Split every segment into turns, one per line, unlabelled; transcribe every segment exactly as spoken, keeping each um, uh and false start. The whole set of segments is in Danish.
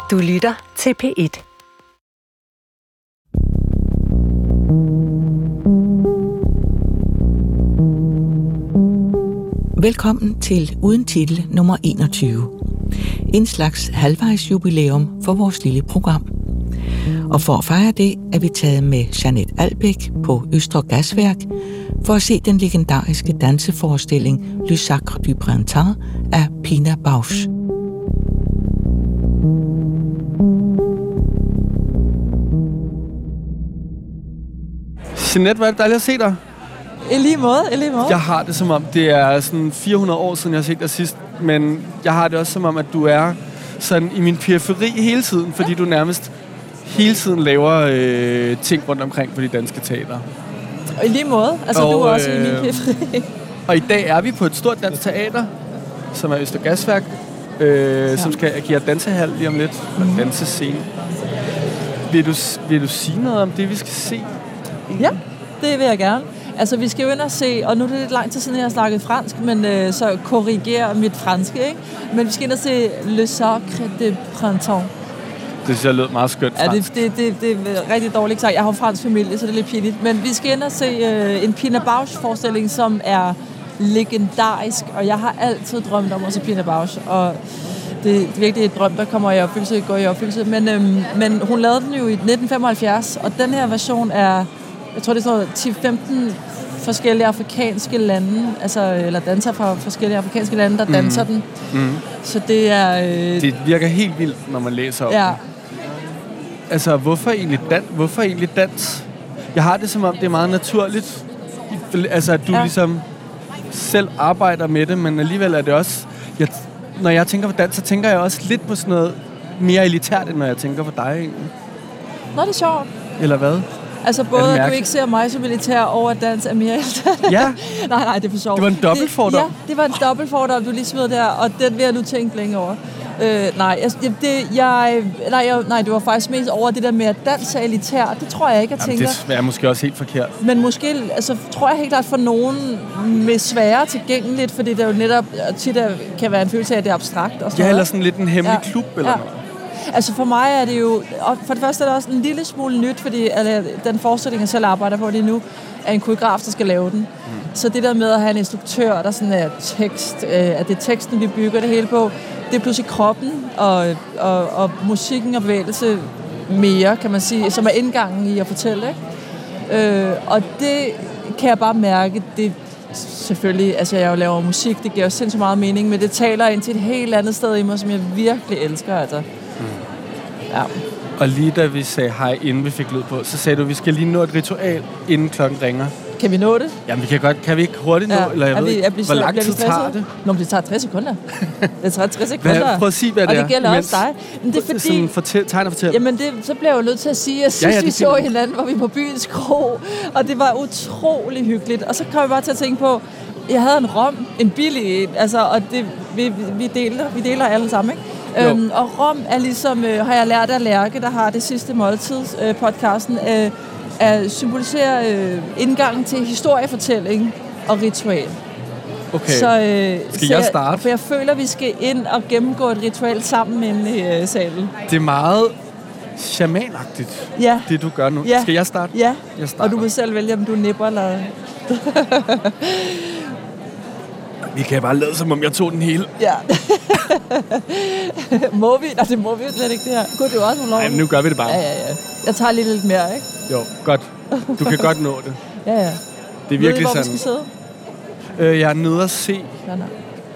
Du lytter til P et.
Velkommen til Uden Titel nummer enogtyve. En slags halvvejsjubilæum for vores lille program. Og for at fejre det, er vi taget med Jeanette Albeck på Østre Gasværk for at se den legendariske danseforestilling Le Sacre du Printemps af Pina Bausch.
Jeanette, hvor er det dejligt at se dig.
I lige måde, i lige måde.
Jeg har det som om, det er sådan fire hundrede år siden, jeg har set dig sidst. Men jeg har det også som om, at du er sådan i min periferi hele tiden, fordi du nærmest hele tiden laver øh, ting rundt omkring på de danske teater.
I lige måde. Altså, og, du er også øh, i min periferi.
Og i dag er vi på et stort dansk teater, som er Østre Gasværk, øh, ja. som skal agere dansehal lige om lidt, mm-hmm. og dansescene. Vil du, vil du sige noget om det, vi skal se?
Ja, det vil jeg gerne. Altså, vi skal jo ind og se, og nu er det lidt lang tid siden, jeg har snakket fransk, men øh, så korrigerer mit franske, ikke? Men vi skal ind og se Le Sacre du Printemps.
Det synes jeg lød meget skønt fransk.
Ja, det, det, det, det er rigtig dårligt sagt. Jeg har en fransk familie, så det er lidt pinligt. Men vi skal ind og se øh, en Pina Bausch-forestilling, som er legendarisk, og jeg har altid drømt om at se Pina Bausch, og det er virkelig et drøm, der kommer i opfyldelse, går i opfyldelse. Men, øhm, men hun lavede den jo i nitten femoghalvfjerds, og den her version er, jeg tror det er sådan ti til femten forskellige afrikanske lande, altså, eller danser fra forskellige afrikanske lande, der danser mm. den. Mm. Så det er... Øh,
det virker helt vildt, når man læser om
ja.
det. Altså, hvorfor egentlig, dan- hvorfor egentlig dans? Jeg har det som om, det er meget naturligt. Altså, at du ja. ligesom selv arbejder med det, men alligevel er det også... Jeg, når jeg tænker på dans, så tænker jeg også lidt på sådan noget mere elitært, end når jeg tænker på dig egentlig.
Nå, det er sjovt.
Eller hvad?
Altså både, at du ikke ser mig som militær, og at dans er mere elitært.
Ja.
nej, nej, det er for sjovt.
Det var en dobbeltfordom.
Ja, det var en dobbeltfordom, du lige smed der, og den vil jeg nu tænke længe over. Øh, nej, altså, det, det, jeg, nej, jeg, nej, det var faktisk mest over det der med, at dans er elitær. Det tror jeg ikke, jeg tænker.
Jamen, det er måske også helt forkert.
Men måske, altså, tror jeg helt klart for nogen med sværere tilgængeligt, fordi det jo netop tit er, kan være en følelse af, at det er abstrakt. Og
ja, eller sådan lidt en hemmelig ja. klub, eller
ja.
noget.
Altså for mig er det jo, og for det første er det også en lille smule nyt, fordi altså, den forestilling, jeg selv arbejder på lige nu, er en koreograf, der skal lave den. Mm. Så det der med at have en instruktør, der sådan er tekst, øh, at det er teksten, vi bygger det hele på, det er pludselig kroppen og, og, og musikken og bevægelse mere, kan man sige, som er indgangen i at fortælle, ikke? Øh, og det kan jeg bare mærke, det selvfølgelig, altså jeg jo laver musik, det giver jo sindssygt meget mening, men det taler ind til et helt andet sted i mig, som jeg virkelig elsker, altså. Mm. Ja.
Og lige da vi sagde hej, inden vi fik lyd på, så sagde du, at vi skal lige nå et ritual, inden klokken ringer.
Kan vi nå det?
Jamen, vi kan godt. Kan vi ikke hurtigt nå?
Ja.
Eller jeg
er
ved
vi,
ikke,
vi,
hvor lang tid tager det?
Nå, men det tager tres sekunder. Det tager tres sekunder.
Hvad, prøv at sige, hvad det er.
Og det gælder også dig. Men det er fordi...
Sådan fortæl, tegn og fortæl.
Jamen, det, så bliver jeg jo nødt til at sige, at jeg synes, ja, ja, vi så hinanden, hvor vi på byens kro, og det var utrolig hyggeligt. Og så kom jeg bare til at tænke på, jeg havde en rom, en billig en, altså, og det, vi, vi, deler, vi deler alle sammen, ikke? Øhm, og rom er ligesom, øh, har jeg lært af Lærke, der har det sidste måltid, øh, podcasten, øh, at symbolisere øh, indgangen til historiefortælling og ritual.
Okay,
så, øh,
skal
så
jeg starte?
Jeg, for jeg føler, vi skal ind og gennemgå et ritual sammen inde i øh, salen.
Det er meget shamanagtigt,
ja.
det du gør nu.
Ja.
Skal jeg starte?
Ja,
jeg
og du vil selv vælge, om du nipper eller...
Vi kan bare lade, som om jeg tog den hele.
Ja. må vi? Nej, det må vi jo slet ikke, det her. Gud, det er jo også ulovligt.
Nej, men nu gør vi det bare.
Ja, ja, ja. Jeg tager lige lidt mere, ikke?
Jo, godt. Du kan godt nå det.
Ja, ja.
Det er virkelig
Ved I, hvor
sådan.
vi skal sidde?
Øh, jeg er nede at se.
Nej, nej.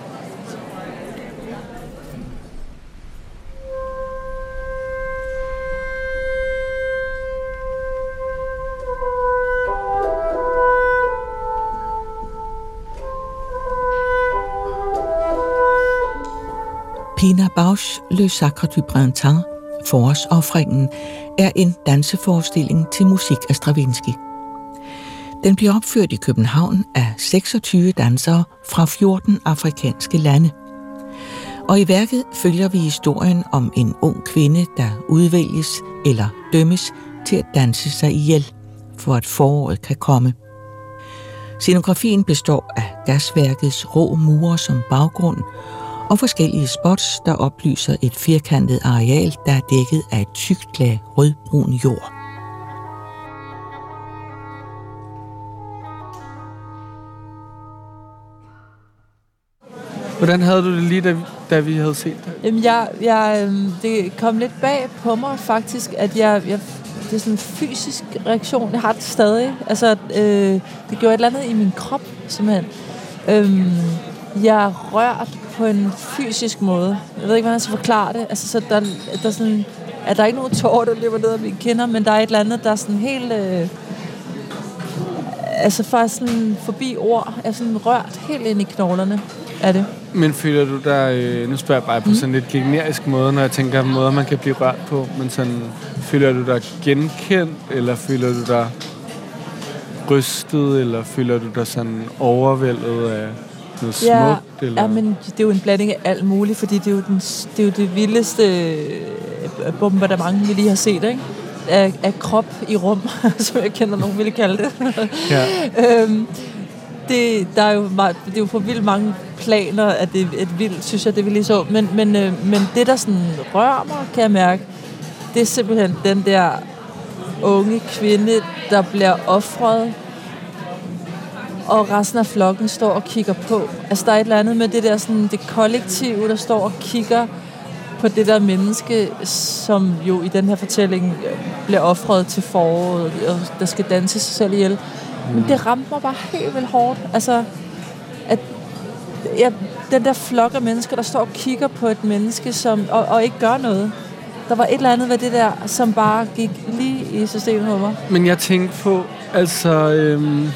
Pina Bausch Le Sacre du Printemps, Forårsoffringen, er en danseforestilling til musik af Stravinsky. Den bliver opført i København af seksogtyve dansere fra fjorten afrikanske lande. Og i værket følger vi historien om en ung kvinde, der udvælges eller dømmes til at danse sig ihjel, for at foråret kan komme. Scenografien består af gasværkets rå mure som baggrund, og forskellige spots, der oplyser et firkantet areal, der er dækket af et tykt lag rødbrun jord.
Hvordan havde du det lige, da, da vi havde set det?
Jamen, jeg, jeg, det kom lidt bag på mig faktisk, at jeg, jeg det er sådan en fysisk reaktion. Jeg har det stadig. Altså, øh, det gjorde et eller andet i min krop, simpelthen. Øhm, jeg er rørt på en fysisk måde. Jeg ved ikke, hvordan jeg skal forklare det. Altså, så der, der er sådan, at der er ikke nogen tårer, der løber ned af mine kinder, men der er et eller andet, der er sådan helt... Øh, altså, faktisk sådan forbi ord. Jeg er sådan rørt helt ind i knoglerne af det.
Men føler du dig, øh, nu spørger jeg bare på mm. sådan lidt generisk måde, når jeg tænker på måder, man kan blive rørt på, men sådan, føler du dig genkendt, eller føler du dig rystet, eller føler du dig sådan overvældet af noget smukt?
Ja,
eller?
Ja, men det er jo en blanding af alt muligt, fordi det er jo, den, det, er jo det vildeste bombardement, vi lige har set, ikke? Af, af krop i rum, som jeg kender nogen ville kalde det.
Ja.
øhm, Det, der er jo meget, det er jo på vildt mange planer, at det er et vildt, synes jeg, det vi lige så. Men, men, øh, men det, der sådan rører mig, kan jeg mærke, det er simpelthen den der unge kvinde, der bliver ofret, og resten af flokken står og kigger på. Altså, der er et eller andet med det der sådan, det kollektive, der står og kigger på det der menneske, som jo i den her fortælling bliver ofret til foråret, og der skal danse sig selv ihjel. Men det ramte mig bare helt vildt hårdt. Altså, at ja, den der flok af mennesker, der står og kigger på et menneske, som, og, og ikke gør noget. Der var et eller andet ved det der, som bare gik lige i systemet på mig.
Men jeg tænkte på, altså... Øhm,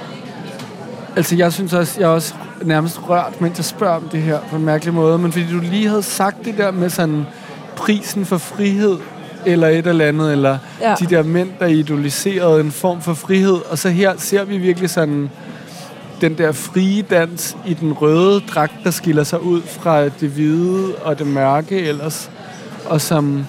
altså, jeg synes også, jeg er også nærmest rørt, mens jeg spørger om det her på en mærkelig måde. Men fordi du lige havde sagt det der med sådan prisen for frihed, eller et eller andet, eller ja. De der mænd, der idoliserede en form for frihed. Og så her ser vi virkelig sådan den der frie dans i den røde dragt, der skiller sig ud fra det hvide og det mørke ellers. Og som,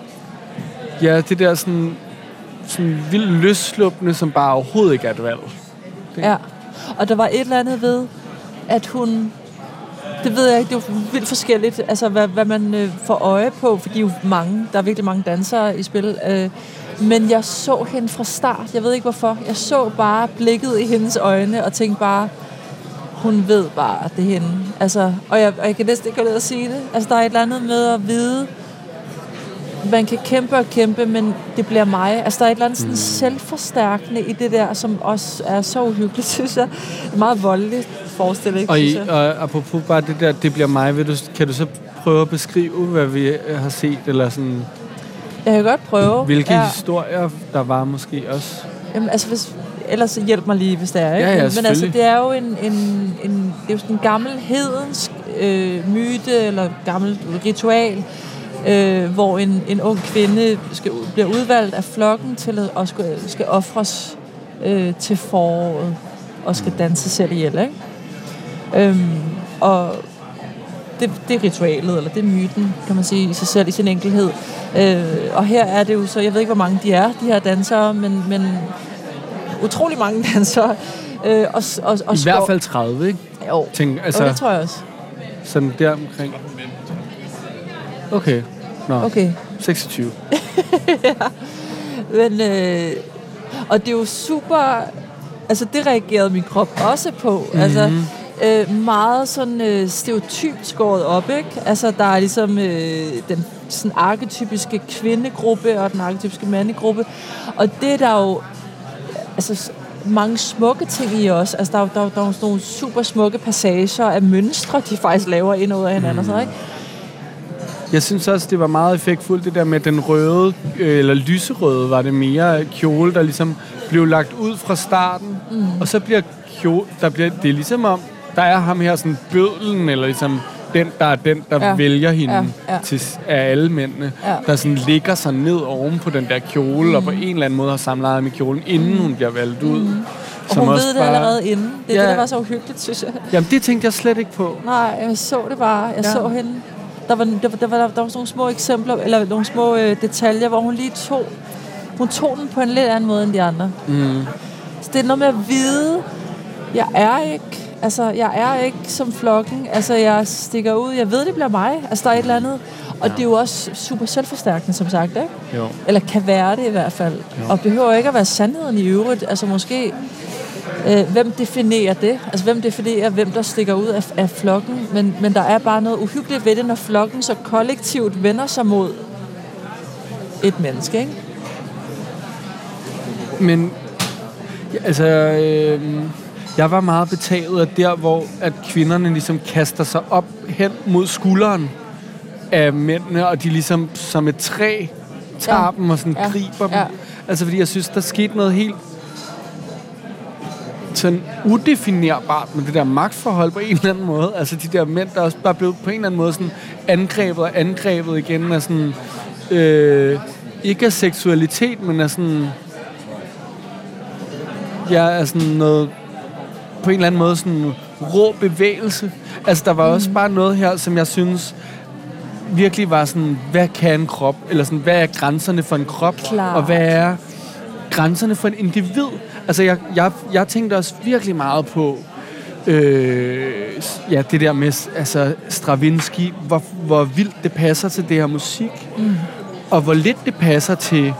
ja, det der sådan, sådan vildt løsslupende, som bare overhovedet ikke er et valg. Det.
Ja, og der var et eller andet ved, at hun... Det ved jeg ikke, det er jo vildt forskelligt, altså hvad, hvad man øh, får øje på, for de er jo mange, der er virkelig mange dansere i spil. Øh, men jeg så hende fra start, jeg ved ikke hvorfor. Jeg så bare blikket i hendes øjne og tænkte bare, hun ved bare, at det er hende. Altså, og, jeg, og jeg kan næsten ikke gå ned og sige det. Altså, der er et eller andet med at vide, man kan kæmpe og kæmpe, men det bliver mig. Altså, der er et eller andet sådan selvforstærkende i det der, som også er så uhyggeligt, synes jeg. Meget voldeligt forestilling,
og,
synes
i,
jeg.
og apropos bare det der, det bliver mig, vil du, kan du så prøve at beskrive, hvad vi har set, eller sådan...
Jeg kan godt prøve.
Hvilke
ja.
historier, der var måske også?
Jamen, altså, hvis, ellers hjælp mig lige, hvis det er, ikke?
Ja, ja,
men altså, det er jo en, en, en, det er jo sådan en gammel hedensk øh, myte, eller gammel ritual, øh, hvor en, en ung kvinde skal, bliver udvalgt af flokken til at og skal, skal ofres øh, til foråret, og skal danse selv ihjel, ikke? Øhm, og det, det er ritualet, eller det er myten, kan man sige, i sig selv, i sin enkelhed. Øh, og her er det jo så, jeg ved ikke, hvor mange de er, de her dansere, men, men utrolig mange dansere. Øh, og, og, og
I hvert fald tredive, ikke?
Jo,
Tænk, altså,
jo det tror jeg også.
Sådan der omkring. Okay. Nå,
okay.
seksogtyve.
Ja. Men, øh, og det er jo super... Altså, det reagerede min krop også på. Mm-hmm. Altså, øh, meget sådan øh, stereotypt skåret op, ikke? Altså, der er ligesom øh, den sådan arketypiske kvindegruppe og den arketypiske mandegruppe. Og det er der jo... Altså, mange smukke ting i også. Altså, der er jo der, der er nogle super smukke passager af mønstre, de faktisk laver ind og ud af hinanden. Mm. Så, ikke?
Jeg synes også, det var meget effektfuldt, det der med den røde, øh, eller lyserøde, var det mere kjole, der ligesom blev lagt ud fra starten. Mm. Og så bliver kjole, der bliver, det er ligesom om, der er ham her sådan bødlen, eller ligesom den, der er den, der ja. vælger hende ja. Ja. til af alle mændene, ja. der sådan ligger sig ned oven på den der kjole, mm. og på en eller anden måde har samlejet med kjolen, inden mm. hun bliver valgt ud. Mm.
Og hun ved det bare... allerede inden. Det er
ja.
det, der var så uhyggeligt, synes jeg.
Jamen, det tænkte jeg slet ikke på.
Nej, jeg så det bare. Jeg ja. så hende. Der var, der, der, var, der var sådan nogle små eksempler, eller nogle små øh, detaljer, hvor hun lige tog, hun tog den på en lidt anden måde end de andre. Mm. Så det er noget med at vide, jeg er ikke Altså, jeg er ikke som flokken. Altså, jeg stikker ud. Jeg ved, det bliver mig. Altså, der er et eller andet. Og ja. Det er jo også super selvforstærkende, som sagt, ikke?
Jo.
Eller kan være det i hvert fald. Jo. Og behøver ikke at være sandheden i øvrigt. Altså, måske... Øh, hvem definerer det? Altså, hvem definerer, hvem der stikker ud af, af flokken? Men, men der er bare noget uhyggeligt ved det, når flokken så kollektivt vender sig mod et menneske, ikke?
Men, altså... Øh... Jeg var meget betaget af der, hvor at kvinderne ligesom kaster sig op hen mod skulderen af mændene, og de ligesom som et træ tager ja. dem og sådan ja. griber dem. Ja. Altså fordi jeg synes, der skete noget helt sådan udefinerbart med det der magtforhold på en eller anden måde. Altså de der mænd, der også bare blev på en eller anden måde sådan angrebet og angrebet igen af sådan, øh, ikke af seksualitet, men af sådan, ja, af sådan noget, på en eller anden måde sådan rå bevægelse. Altså der var mm. også bare noget her, som jeg synes virkelig var sådan, hvad kan en krop? Eller sådan, hvad er grænserne for en krop?
Klar.
Og hvad er grænserne for en individ? Altså jeg, jeg, jeg tænkte også virkelig meget på øh, ja, det der med altså Stravinsky, hvor, hvor vildt det passer til det her musik, mm. og hvor lidt det passer til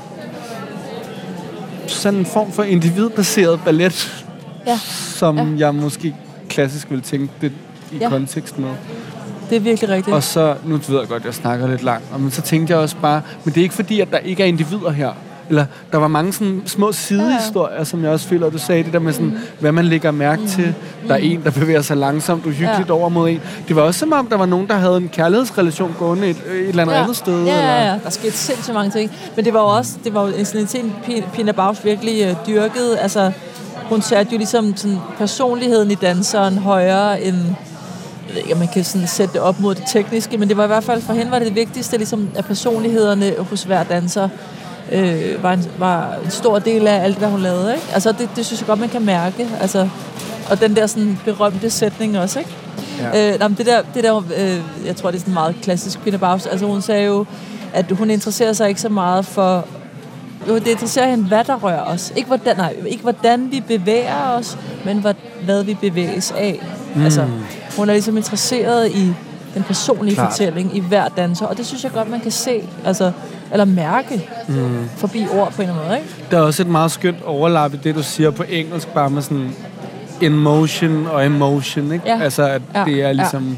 sådan en form for individbaseret ballet, ja. som ja. jeg måske klassisk vil tænke det i ja. kontekst med.
Det er virkelig rigtigt.
Og så, nu ved jeg godt, jeg snakker lidt langt, men så tænkte jeg også bare, men det er ikke fordi, at der ikke er individer her. Eller der var mange sådan små sidehistorier, ja. som jeg også føler, du sagde det der med sådan, mm. hvad man lægger mærke mm. til. Der er en, der bevæger sig langsomt, uhyggeligt ja. over mod en. Det var også som om, der var nogen, der havde en kærlighedsrelation gående et, et eller andet
ja.
andet sted.
Ja,
eller?
ja, ja. Der skete sindssygt mange ting. Men det var jo også, det var jo en sådan en ting, Pina Bausch virkelig uh, dyrkede. Altså, hun satte jo ligesom sådan, personligheden i danseren højere end, jeg ved ikke, om man kan sådan sætte det op mod det tekniske, men det var i hvert fald, for hende var det det vigtigste, ligesom, at personlighederne hos hver danser øh, var, en, var en stor del af alt, hvad hun lavede, ikke? Altså, det, det synes jeg godt, man kan mærke. Altså, og den der sådan berømte sætning også, ikke? Ja. Øh, det der, det der øh, jeg tror, det er sådan meget klassisk Pina Bausch. Altså, hun sagde jo, at hun interesserer sig ikke så meget for... Jo, det interesserer hende, hvad der rører os. Ikke hvordan, nej, ikke hvordan vi bevæger os, men hvad, hvad vi bevæges af. Mm. Altså, hun er ligesom interesseret i den personlige Klart. fortælling i hver danser, og det synes jeg godt, man kan se, altså, eller mærke mm. forbi ord på en eller anden måde, ikke?
Der er også et meget skønt overlap i det, du siger på engelsk, bare med sådan in motion og emotion, ikke?
Ja.
Altså, at ja. det er ligesom...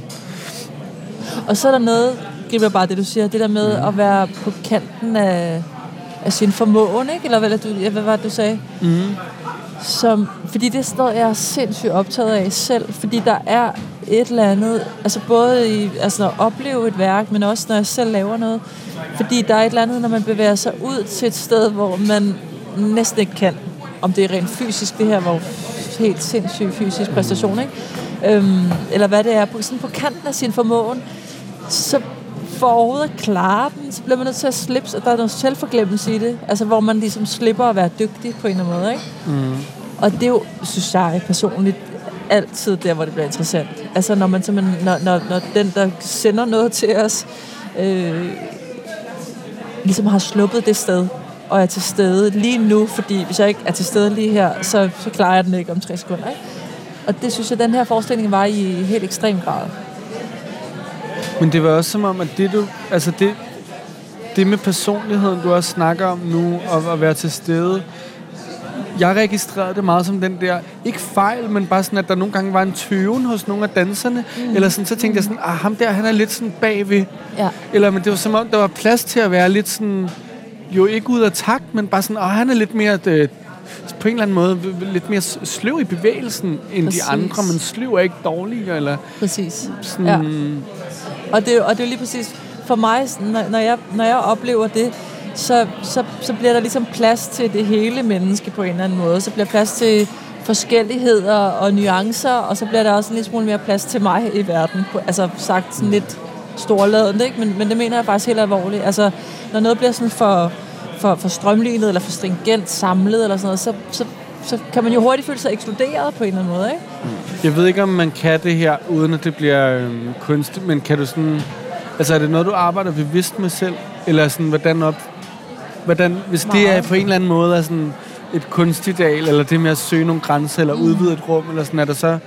Ja. Og så er der noget, griber bare det, du siger, det der med mm. at være på kanten af... af sin formåen, ikke? Eller hvad, du, hvad var det, du sagde? Mm. Som, fordi det er sådan noget, jeg er sindssygt optaget af selv, fordi der er et eller andet, altså både i altså at opleve et værk, men også når jeg selv laver noget, fordi der er et eller andet, når man bevæger sig ud til et sted, hvor man næsten ikke kan, om det er rent fysisk, det her var helt sindssygt fysisk præstation, ikke? Øhm, eller hvad det er, på, sådan på kanten af sin formåen, så for overhovedet at klare den, så bliver man nødt til at slippe, og der er noget selvforglemmelse i det, altså hvor man ligesom slipper at være dygtig på en eller anden måde, ikke? Mm. Og det er jo, synes jeg personligt, altid der, hvor det bliver interessant. Altså når man simpelthen, når, når, når den, der sender noget til os, øh, ligesom har sluppet det sted, og er til stede lige nu, fordi hvis jeg ikke er til stede lige her, så, så klarer jeg den ikke om tre sekunder, ikke? Og det synes jeg, den her forestilling var i helt ekstrem grad.
Men det var også som om, at det du, altså det, det med personligheden, du også snakker om nu, og at være til stede, jeg registrerede det meget som den der, ikke fejl, men bare sådan, at der nogle gange var en tøven hos nogle af danserne, mm. eller sådan, så tænkte jeg sådan, ah, ham der, han er lidt sådan bagved. Ja. Eller, men det var som om, der var plads til at være lidt sådan, jo ikke ud af takt, men bare sådan, ah, han er lidt mere, det, på en eller anden måde, lidt mere sløv i bevægelsen, end Præcis. de andre, men sløv er ikke dårligere, eller...
Præcis,
sådan,
ja. Og det, og det er jo lige præcis, for mig, når, når, jeg, når jeg oplever det, så, så, så bliver der ligesom plads til det hele menneske på en eller anden måde. Så bliver der plads til forskelligheder og nuancer, og så bliver der også en lille smule mere plads til mig i verden. Altså sagt sådan lidt storladende, ikke? Men, men det mener jeg faktisk helt alvorligt. Altså, når noget bliver sådan for, for, for strømlignet, eller for stringent samlet, eller sådan noget, så, så, så kan man jo hurtigt føle sig ekskluderet på en eller anden måde, ikke?
Jeg ved ikke, om man kan det her, uden at det bliver øhm, kunstigt, men kan du sådan... Altså, er det noget, du arbejder bevidst med selv? Eller sådan, hvordan op... Hvordan, hvis det er på en eller anden måde er sådan et kunstideal, eller det med at søge nogle grænser, eller udvide et rum, eller sådan, er der så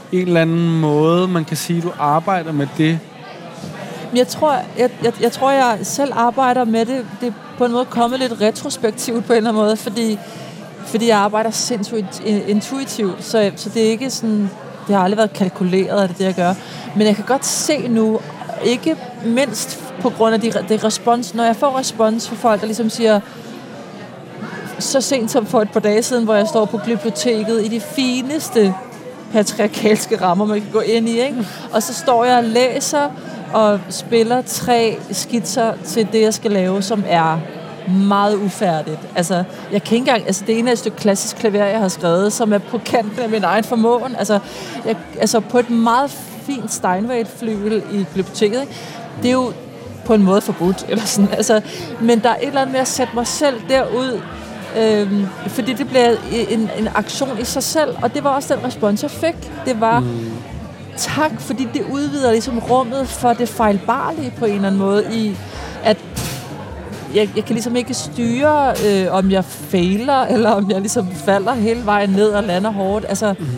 en eller anden måde, man kan sige, du arbejder med det?
Jeg tror, jeg, jeg, jeg tror, jeg selv arbejder med det. Det er på en måde kommet lidt retrospektivt på en eller anden måde, fordi, fordi jeg arbejder sindssygt intuitivt, så, så det er ikke sådan, det har aldrig været kalkuleret, at det, det jeg gør. Men jeg kan godt se nu, ikke mindst på grund af det de respons, når jeg får respons fra folk, der ligesom siger, så sent som for et par dage siden, hvor jeg står på biblioteket i de fineste patriarkalske rammer, man kan gå ind i, ikke? Og så står jeg og læser og spiller tre skitser til det, jeg skal lave, som er meget ufærdigt. Altså, jeg kan ikke engang, altså det ene er et stykke klassisk klaver, jeg har skrevet, som er på kanten af min egen formåen. Altså, jeg, altså på et meget fint Steinway-flyvel i biblioteket, ikke? Det er jo på en måde forbudt, eller sådan. Altså, men der er et eller andet med at sætte mig selv derud, øhm, fordi det bliver en, en aktion i sig selv, og det var også den respons, jeg fik. Det var, mm. tak, fordi det udvider ligesom rummet for det fejlbarlige på en eller anden måde, i at jeg, jeg kan ligesom ikke styre, øh, om jeg fejler, eller om jeg ligesom falder hele vejen ned og lander hårdt. Altså, mm.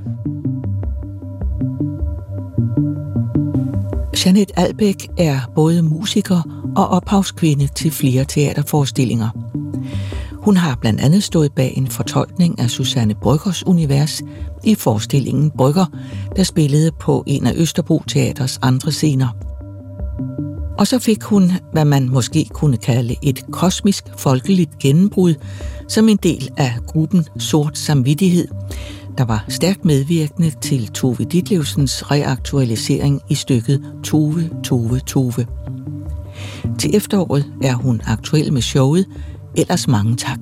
Jeanette Albeck er både musiker og ophavskvinde til flere teaterforestillinger. Hun har blandt andet stået bag en fortolkning af Suzanne Brøggers univers i forestillingen Brøgger, der spillede på en af Østerbro Teaters andre scener. Og så fik hun, hvad man måske kunne kalde et kosmisk folkeligt gennembrud, som en del af gruppen Sort Samvittighed, der var stærkt medvirkende til Tove Ditlevsens reaktualisering i stykket Tove, Tove, Tove. Til efteråret er hun aktuel med showet Ellers mange tak.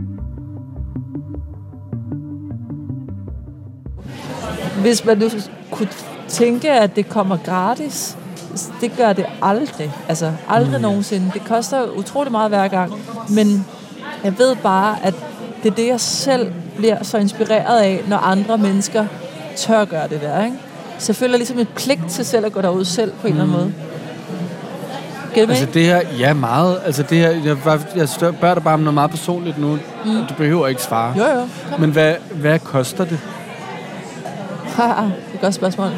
Hvis man nu kunne tænke, at det kommer gratis, det gør det aldrig. Altså aldrig mm. nogensinde. Det koster utrolig meget hver gang. Men jeg ved bare, at det er det, jeg selv bliver så inspireret af, når andre mennesker tør gøre det der, ikke? Selvfølgelig er ligesom et pligt til selv at gå derud selv på en mm. eller anden måde.
Altså det her, ja meget. Altså det her, jeg, jeg spørger dig bare om noget meget personligt nu. Mm. Du behøver ikke svare.
Jo, jo. Kom.
Men hvad, hvad koster det?
Haha, det er et godt spørgsmål.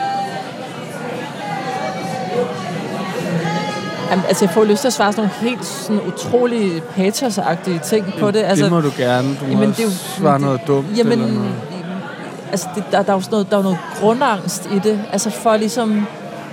Jamen, altså jeg får lyst til at svare sådan nogle helt sådan utrolig patos-agtige ting på det. Altså,
det må du gerne. Du må jamen, også det er jo, svare det, noget dumt.
Jamen,
eller noget.
Altså det, der, der er jo sådan noget, der er noget grundangst i det. Altså for ligesom...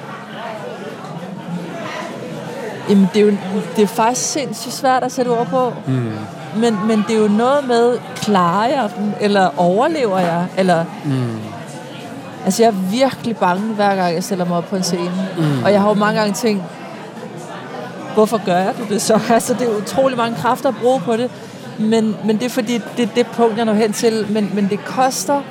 Jamen, det er jo det er faktisk sindssygt svært at sætte ord på. Mm. Men, men det er jo noget med, klarer jeg den, eller overlever jeg? Eller, mm. Altså, jeg er virkelig bange, hver gang jeg stiller mig op på en scene. Mm. Og jeg har jo mange gange tænkt, hvorfor gør jeg det så? Altså, det er utrolig mange kræfter at bruge på det. Men, men det er fordi, det er det punkt, jeg når hen til. Men, men det koster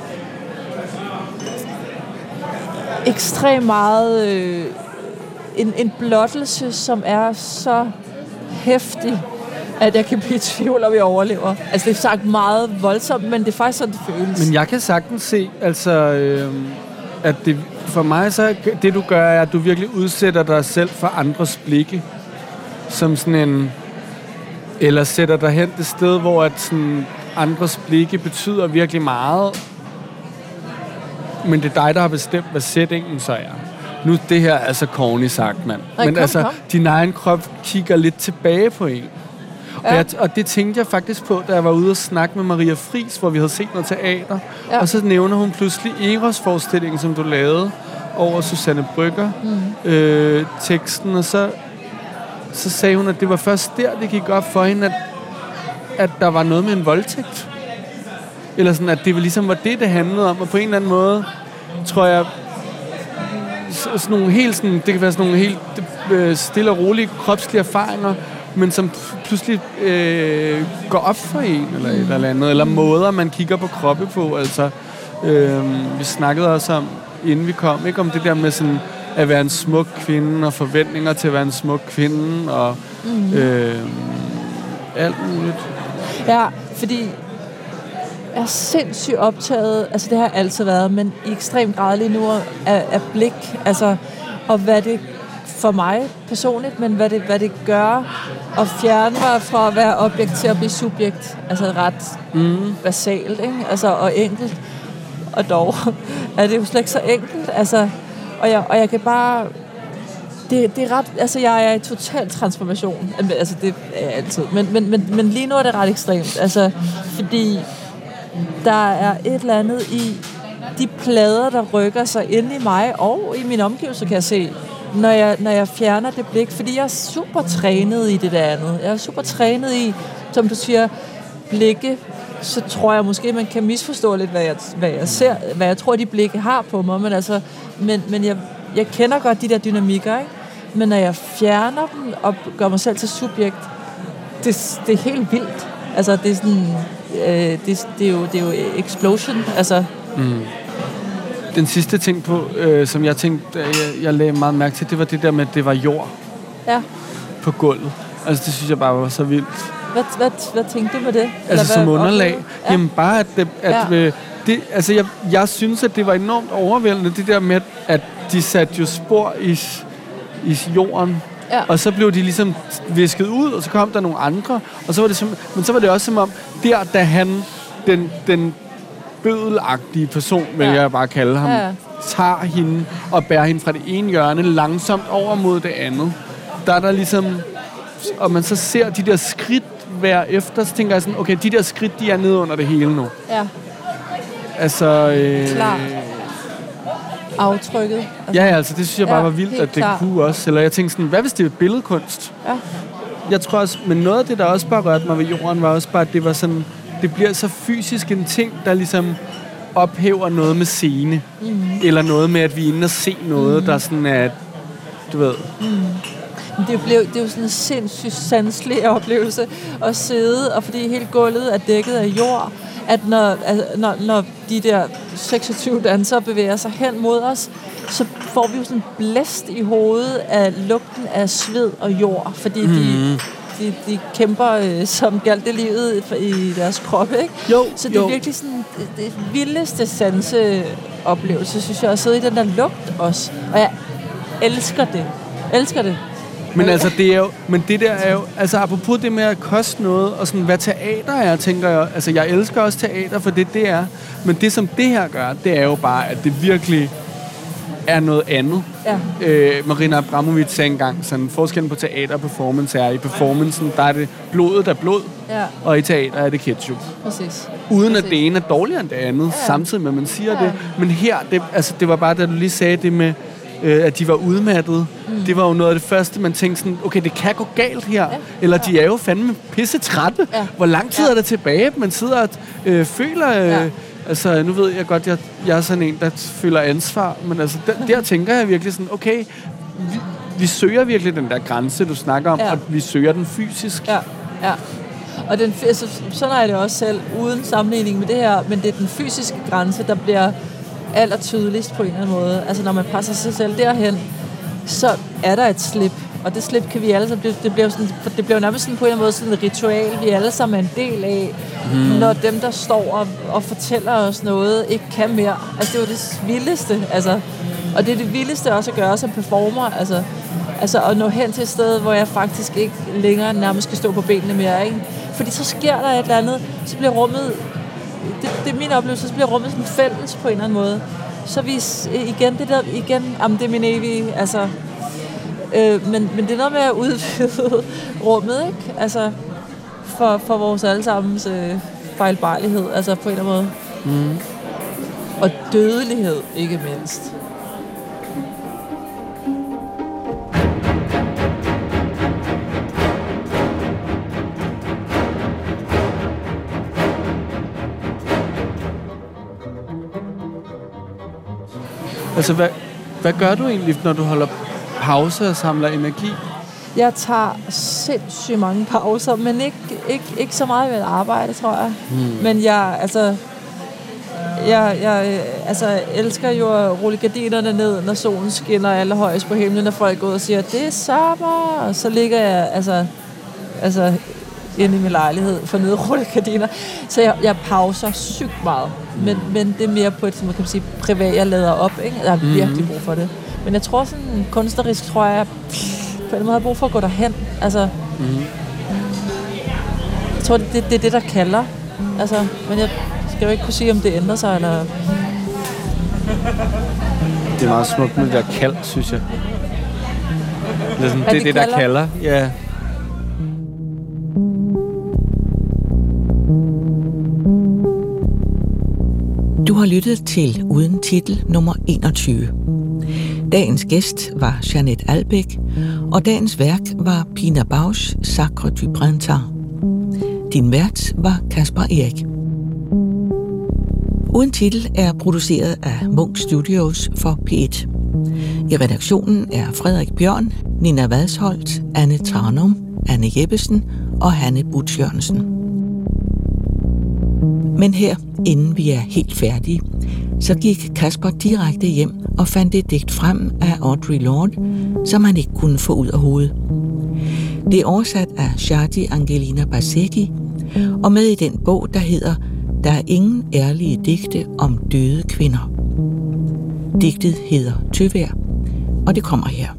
ekstremt meget... Øh, En, en blottelse, som er så heftig, at jeg kan blive i tvivl, om jeg overlever. Altså, det er sagt meget voldsomt, men det er faktisk sådan, det føles.
Men jeg kan sagtens se, altså, øh, at det, for mig så, det du gør, er, at du virkelig udsætter dig selv for andres blikke. Som sådan en... Eller sætter dig hen det sted, hvor at sådan, andres blikke betyder virkelig meget. Men det er dig, der har bestemt, hvad sætningen så er. Nu det her er så corny sagt, mand.
Nej,
men
kom,
altså,
kom.
din egen krop kigger lidt tilbage på en. Ja. Og, jeg, og det tænkte jeg faktisk på, da jeg var ude og snakke med Maria Friis, hvor vi havde set noget teater. Ja. Og så nævner hun pludselig Eros-forestillingen, som du lavede over Suzanne Brøgger. Mm. Øh, teksten, og så, så sagde hun, at det var først der, det gik op for hende, at, at der var noget med en voldtægt. Eller sådan, at det ligesom var det, det handlede om. Og på en eller anden måde, tror jeg... sådan nogle helt sådan, det kan være sådan nogle helt øh, stille og rolige kropslige erfaringer, men som pludselig øh, går op for en eller et eller andet, eller måder man kigger på kroppe på. Altså, øh, vi snakkede også om, inden vi kom, ikke om det der med sådan at være en smuk kvinde og forventninger til at være en smuk kvinde og mm. øh, alt muligt.
Ja, fordi jeg er sindssygt optaget, altså det har jeg altid været, men i ekstrem grad lige nu af, af blik, altså, og hvad det for mig personligt, men hvad det, hvad det gør at fjerne mig fra at være objekt til at blive subjekt, altså ret mm. basalt, ikke? Altså, og enkelt. Og dog er det jo slet ikke så enkelt. Altså, og, jeg, og jeg kan bare... Det, det er ret... Altså, jeg er i total transformation. Altså, det er jeg altid. Men, men, men, men lige nu er det ret ekstremt. Altså, fordi der er et eller andet i de plader, der rykker sig ind i mig og i min omgivelse, kan jeg se, når jeg, når jeg fjerner det blik. Fordi jeg er super trænet i det der andet. Jeg er super trænet i, som du siger, blikke. Så tror jeg måske, man kan misforstå lidt, hvad jeg, hvad jeg ser, hvad jeg tror, de blikke har på mig. Men, altså, men, men jeg, jeg kender godt de der dynamikker, ikke? Men når jeg fjerner dem og gør mig selv til subjekt, det, det er helt vildt. Altså, det er sådan... Øh, det, det, er jo, det er jo explosion, altså...
Mm. Den sidste ting på, øh, som jeg tænkte, jeg, jeg lagde meget mærke til, det var det der med, at det var jord
ja.
på gulvet. Altså, det synes jeg bare var så vildt.
Hvad, hvad, hvad tænkte du med det?
Altså, som underlag. Ja. Jamen, bare at, det, at
ja.
øh, det, altså, jeg, jeg synes, at det var enormt overvældende, det der med, at de satte jo spor i, i jorden. Ja. Og så blev de ligesom visket ud, og så kom der nogle andre. Og så var det som, men så var det også som om, der da han, den, den bødelagtige person, vil ja. jeg bare kalde ham, ja. tager hende og bærer hende fra det ene hjørne langsomt over mod det andet. Der er der ligesom, og man så ser de der skridt hver efter, så tænker jeg sådan, okay, de der skridt, de er nede under det hele nu.
Ja.
Altså... Øh,
Klar. Aftrykket.
Altså, ja, altså, det synes jeg bare ja, var vildt, at det
klar.
kunne også. Eller jeg tænkte sådan, hvad hvis det er billedkunst?
Ja.
Jeg tror også, men noget af det, der også bare rørte mig ved jorden, var også bare, at det var sådan, det bliver så fysisk en ting, der ligesom ophæver noget med scene. Mm. Eller noget med, at vi er inde og se noget, mm. der sådan er, du ved...
Mm. Det, blev, det er jo sådan en sindssygt sanselig oplevelse at sidde, og fordi hele gulvet er dækket af jord, at når, altså, når, når de der seksogtyve dansere bevæger sig hen mod os, så får vi jo sådan en blæst i hovedet af lugten af sved og jord, fordi mm. de, de, de kæmper øh, som galt det livet i deres kroppe, ikke?
Jo,
så det er
jo.
virkelig sådan det, det vildeste sanseoplevelse, synes jeg, at sidde i den der lugt også. Og jeg elsker det. Elsker det.
Men altså, det er jo, men det der er jo, altså apropos det med at koste noget, og sådan, hvad teater er, tænker jeg, altså jeg elsker også teater, for det det er, men det som det her gør, det er jo bare, at det virkelig er noget andet. Ja. Øh, Marina Abramovic sagde engang, sådan, forskellen på teater og performance er, i performancen, der er det blodet af blod, ja. og i teater er det ketchup.
Præcis.
Uden
Præcis.
at det ene er dårligere end det andet, ja. samtidig med, at man siger ja. det. Men her, det, altså, det var bare, da du lige sagde det med, øh, at de var udmattede. Mm. Det var jo noget af det første, man tænkte sådan, okay, det kan gå galt her. Ja. Eller de er jo fandme pisse trætte. Ja. Hvor lang tid ja. er der tilbage? Man sidder og øh, føler... Øh, ja. Altså, nu ved jeg godt, jeg, jeg er sådan en, der føler ansvar, men altså, der, der tænker jeg virkelig sådan, okay, vi, vi søger virkelig den der grænse, du snakker om, ja. og vi søger den fysisk.
Ja, ja. Og den, altså, sådan er det også selv, uden sammenligning med det her, men det er den fysiske grænse, der bliver allertydeligst på en eller anden måde. Altså, når man passer sig selv derhen, så er der et slip, og det slip kan vi alle sammen, det bliver jo sådan, det bliver jo nærmest sådan på en eller anden måde sådan et ritual, vi alle sammen er en del af, mm. når dem, der står og, og fortæller os noget, ikke kan mere. Altså, det er jo det vildeste, altså. Og det er det vildeste også at gøre som performer, altså. Altså, at nå hen til et sted, hvor jeg faktisk ikke længere nærmest skal stå på benene mere, ikke? Fordi så sker der et eller andet, så bliver rummet, det, det er min oplevelse, så bliver rummet sådan fælles på en eller anden måde. Så vi igen, det der, igen, jamen det er min evige, altså, øh, men, men det er noget med at udvide rummet, ikke? Altså, for, for vores allesammens øh, fejlbarlighed, altså på en eller anden måde. Mm. Og dødelighed, ikke mindst.
Altså, hvad, hvad gør du egentlig, når du holder pause og samler energi?
Jeg tager sindssygt mange pauser, men ikke, ikke, ikke så meget ved at arbejde, tror jeg. Hmm. Men jeg, altså, jeg, jeg altså, elsker jo at rulle gardinerne ned, når solen skinner allerhøjest på himlen, når folk går ud og siger, det er sommer, og så ligger jeg altså, altså inde i min lejlighed for nedrulle gardiner. Så jeg, jeg pauser sygt meget. Men, men det er mere på et, som man kan sige, privat, jeg lader op, ikke? Jeg har mm-hmm. virkelig brug for det. Men jeg tror sådan, kunstnerisk, tror jeg, på en måde har brug for at gå derhen. Altså, mm-hmm. jeg tror, det, det, det er det, der kalder. Altså, men jeg skal jo ikke kunne sige, om det ændrer sig, eller...
Det er meget smukt med det der kald, synes jeg. Det er, sådan, det,
det,
det, der kalder. Ja.
Du har lyttet til Uden titel nummer enogtyve. Dagens gæst var Jeanette Albeck, og dagens værk var Pina Bausch' Sacre du Printemps. Din vært var Kasper Erik. Uden titel er produceret af Munch Studios for P et. I redaktionen er Frederik Bjørn, Nina Vadsholt, Anne Tarnum, Anne Jeppesen og Hanne Butch Jørgensen. Men her, inden vi er helt færdige, så gik Kasper direkte hjem og fandt et digt frem af Audre Lorde, som han ikke kunne få ud af hovedet. Det er oversat af Shadi Angelina Basecki, og med i den bog, der hedder Der er ingen ærlige digte om døde kvinder. Digtet hedder Tøvær, og det kommer her.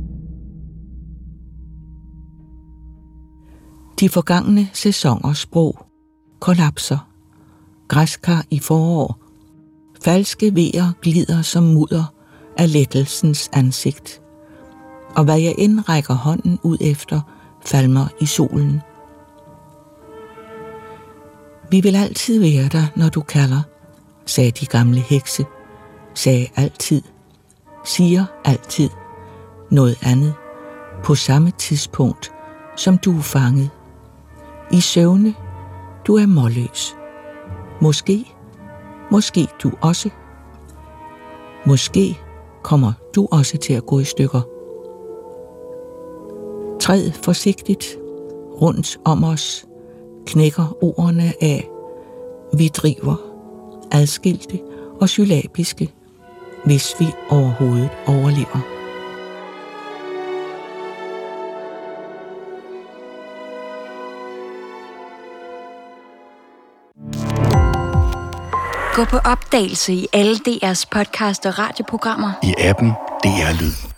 De forgangne sæsoners sprog, kollapser, græskar i forår, falske vejer glider som mudder af lettelsens ansigt, og hvad jeg end rækker hånden ud efter, falmer i solen. Vi vil altid være der, når du kalder, sagde de gamle hekse, sagde altid, siger altid, noget andet, på samme tidspunkt, som du er fanget. I søvne, du er målløs. Måske, måske du også. Måske kommer du også til at gå i stykker. Træd forsigtigt rundt om os, knækker ordene af. Vi driver, adskilte og syllabiske, hvis vi overhovedet overlever.
Gå på opdagelse i alle D R's podcast og radioprogrammer.
I appen D R Lyd.